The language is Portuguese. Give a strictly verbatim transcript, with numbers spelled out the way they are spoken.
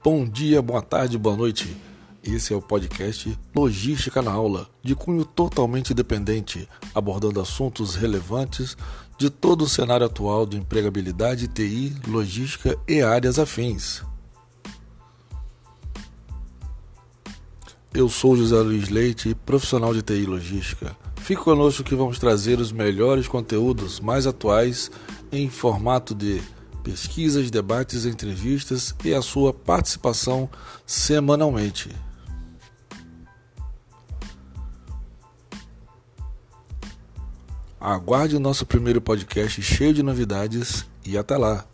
Bom dia, boa tarde, boa noite. Esse é o podcast Logística na Aula, de cunho totalmente independente, abordando assuntos relevantes de todo o cenário atual de empregabilidade, T I, logística e áreas afins. Eu sou José Luiz Leite, profissional de T I e logística. Fique conosco que vamos trazer os melhores conteúdos mais atuais em formato de pesquisas, debates, entrevistas e a sua participação semanalmente. Aguarde o nosso primeiro podcast cheio de novidades e até lá!